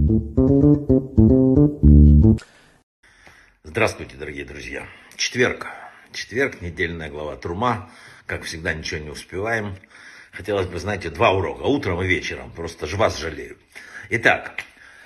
Здравствуйте, дорогие друзья. Четверг, недельная глава Трума. Как всегда, ничего не успеваем. Хотелось бы, знаете, 2 урока, утром и вечером. Просто вас жалею. Итак,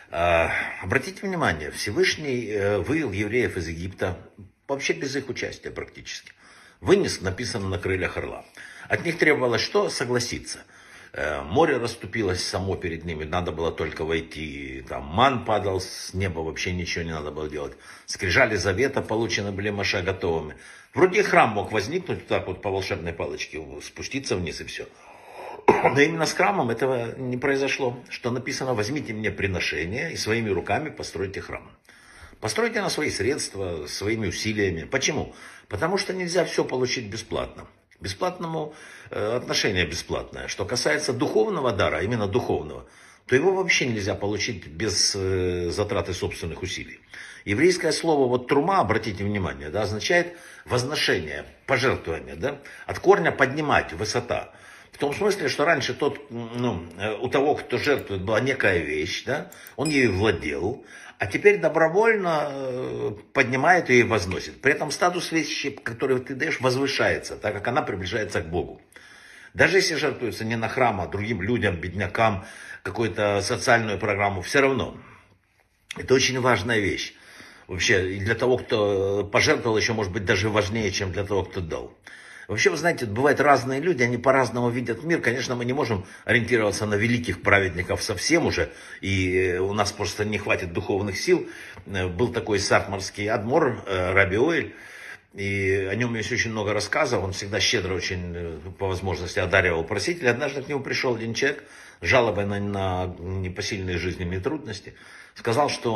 обратите внимание, Всевышний вывел евреев из Египта, вообще без их участия практически. Вынес, написано на крыльях орла. От них требовалось что? Согласиться. Море расступилось само перед ними, надо было только войти, там ман падал с неба, вообще ничего не надо было делать. Скрижали завета получены были Моше готовыми. Вроде храм мог возникнуть, так вот по волшебной палочке, спуститься вниз и все. Но именно с храмом этого не произошло. Что написано: возьмите мне приношение и своими руками постройте храм. Постройте на свои средства, своими усилиями. Почему? Потому что нельзя все получить бесплатно. Бесплатному отношение бесплатное. Что касается духовного дара, а именно духовного, то его вообще нельзя получить без затраты собственных усилий. Еврейское слово вот трума, обратите внимание, да, означает возношение, пожертвование, да, от корня поднимать, высота. В том смысле, что раньше у того, кто жертвует, была некая вещь, да, он ею владел, а теперь добровольно поднимает ее и возносит. При этом статус вещи, которую ты даешь, возвышается, так как она приближается к Богу. Даже если жертвуется не на храм, а другим людям, беднякам, какую-то социальную программу, все равно. Это очень важная вещь. Вообще, и для того, кто пожертвовал, еще может быть даже важнее, чем для того, кто дал. Вообще, вы знаете, бывают разные люди, они по-разному видят мир. Конечно, мы не можем ориентироваться на великих праведников совсем уже, и у нас просто не хватит духовных сил. Был такой сартмарский адмор, Раби Оэль, и о нем есть очень много рассказов. Он всегда щедро очень, по возможности, одаривал просителей. Однажды к нему пришел один человек с жалобой на непосильные жизненные трудности. Сказал, что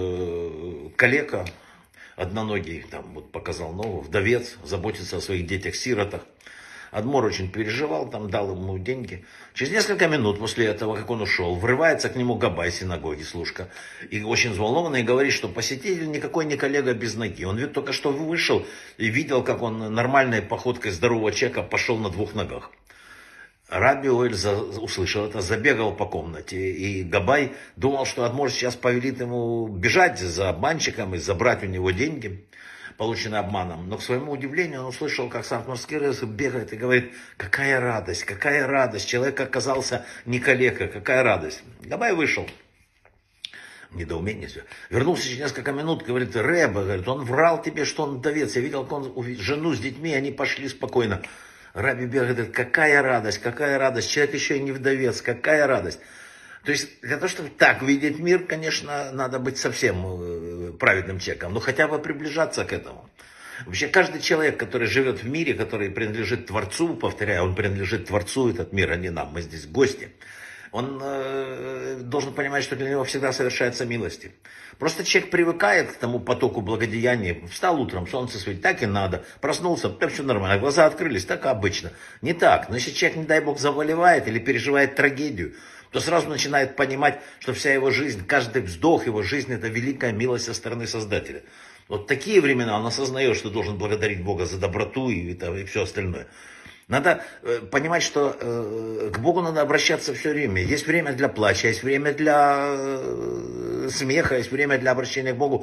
он калека, одноногий, там вот показал ногу, вдовец, заботится о своих детях-сиротах. Адмор очень переживал, там дал ему деньги. Через несколько минут после этого, как он ушел, врывается к нему габай синагоги, служка, и очень взволнованный, и говорит, что посетитель никакой не коллега без ноги. Он ведь только что вышел и видел, как он нормальной походкой здорового человека пошел на 2 ногах. Раби Оэль услышал это, забегал по комнате, и габай думал, что адмор сейчас повелит ему бежать за обманщиком и забрать у него деньги, полученные обманом. Но, к своему удивлению, он услышал, как сартмарский рыцарь бегает и говорит: какая радость, человек оказался не калека, какая радость. Габай вышел. Недоумение все. Вернулся через несколько минут, говорит: Рэбе, говорит, он врал тебе, что он вдовец. Я видел, как он жену с детьми, они пошли спокойно. Раби Бега говорит: какая радость, человек еще и не вдовец, какая радость. То есть для того, чтобы так видеть мир, конечно, надо быть совсем праведным человеком, но хотя бы приближаться к этому. Вообще каждый человек, который живет в мире, который принадлежит Творцу, повторяю, он принадлежит Творцу, этот мир, а не нам, мы здесь гости, он должен понимать, что для него всегда совершаются милости. Просто человек привыкает к тому потоку благодеяний. Встал утром, солнце светит, так и надо. Проснулся, так все нормально. Глаза открылись, так обычно. Не так. Но если человек, не дай бог, заболевает или переживает трагедию, то сразу начинает понимать, что вся его жизнь, каждый вздох его жизни — это великая милость со стороны Создателя. Вот такие времена он осознает, что должен благодарить Бога за доброту и все остальное. Надо понимать, что к Богу надо обращаться все время. Есть время для плача, есть время для смеха, есть время для обращения к Богу.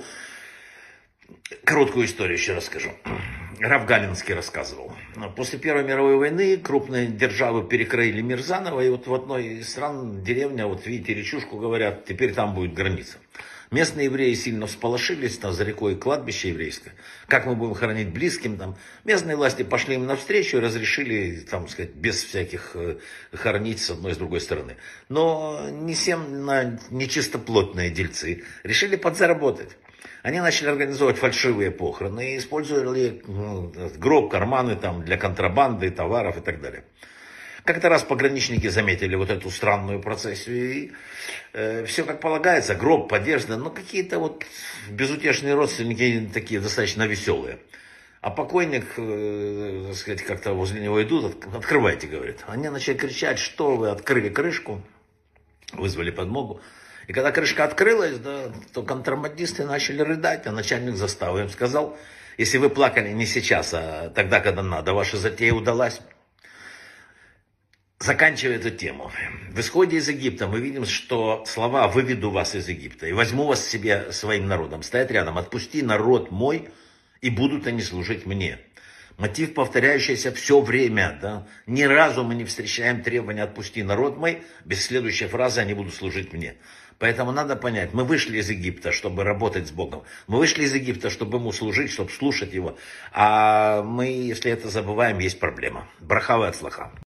Короткую историю еще расскажу. Рав Галинский рассказывал. После Первой мировой войны крупные державы перекроили мир заново, и вот в одной из стран деревня, вот видите, речушку, говорят, теперь там будет граница. Местные евреи сильно всполошились, там за рекой кладбище еврейское. Как мы будем хоронить близким там? Местные власти пошли им навстречу и разрешили, там сказать, без всяких хоронить с одной и с другой стороны. Но не всем нечистоплотные дельцы решили подзаработать. Они начали организовывать фальшивые похороны и использовали гроб, карманы там для контрабанды, товаров и так далее. Как-то раз пограничники заметили вот эту странную процессию, и все как полагается, гроб, одежда, но какие-то вот безутешные родственники, такие достаточно веселые. А покойник, так сказать, как-то возле него идут: открывайте, говорит. Они начали кричать: что вы, открыли крышку, вызвали подмогу. И когда крышка открылась, да, то контрабандисты начали рыдать, а начальник заставы им сказал: если вы плакали не сейчас, а тогда, когда надо, ваша затея удалась. Заканчивая эту тему. В исходе из Египта мы видим, что слова «выведу вас из Египта и возьму вас себе своим народом» стоят рядом. «Отпусти народ мой, и будут они служить мне». Мотив, повторяющийся все время. Да? Ни разу мы не встречаем требования «отпусти народ мой», без следующей фразы «они будут служить мне». Поэтому надо понять, мы вышли из Египта, чтобы работать с Богом. Мы вышли из Египта, чтобы ему служить, чтобы слушать его. А мы, если это забываем, есть проблема. Браха ве ацлаха.